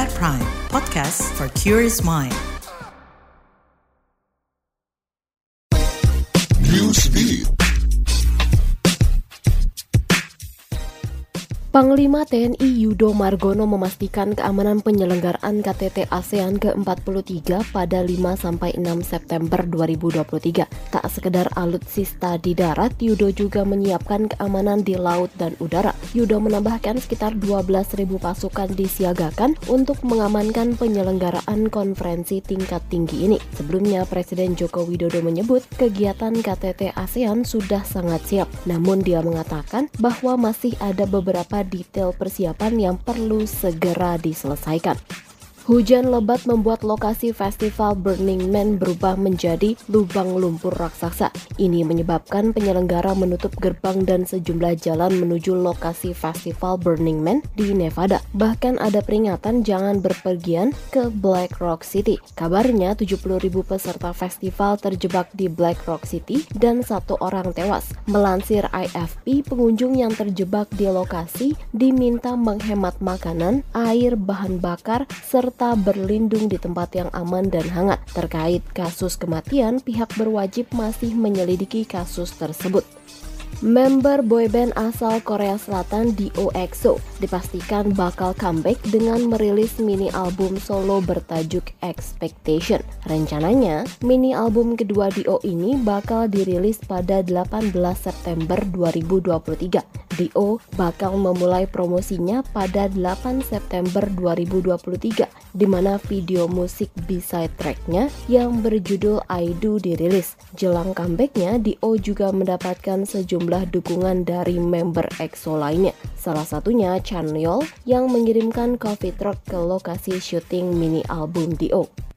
At Prime, podcast for curious mind. Newsbeat. Panglima TNI Yudo Margono memastikan keamanan penyelenggaraan KTT ASEAN ke-43 pada 5-6 September 2023. Tak sekedar alutsista di darat, Yudo juga menyiapkan keamanan di laut dan udara. Yudo menambahkan sekitar 12.000 pasukan disiagakan untuk mengamankan penyelenggaraan konferensi tingkat tinggi ini. Sebelumnya, Presiden Joko Widodo menyebut kegiatan KTT ASEAN sudah sangat siap. Namun dia mengatakan bahwa masih ada beberapa detail persiapan yang perlu segera diselesaikan. Hujan lebat membuat lokasi festival Burning Man berubah menjadi lubang lumpur raksasa. Ini menyebabkan penyelenggara menutup gerbang dan sejumlah jalan menuju lokasi festival Burning Man di Nevada. Bahkan ada peringatan jangan berpergian ke Black Rock City. Kabarnya 70.000 peserta festival terjebak di Black Rock City dan 1 orang tewas. Melansir AFP, pengunjung yang terjebak di lokasi diminta menghemat makanan, air, bahan bakar, serta berlindung di tempat yang aman dan hangat. Terkait kasus kematian, pihak berwajib masih menyelidiki kasus tersebut. Member boyband asal Korea Selatan D.O. EXO dipastikan bakal comeback dengan merilis mini album solo bertajuk Expectation. Rencananya, mini album kedua D.O. ini bakal dirilis pada 18 September 2023. D.O. bakal memulai promosinya pada 8 September 2023, di mana video musik B-side tracknya yang berjudul I Do dirilis. Jelang comebacknya, D.O. juga mendapatkan sejumlah dukungan dari member EXO lainnya. Salah satunya Chanyeol yang mengirimkan coffee truck ke lokasi syuting mini album D.O.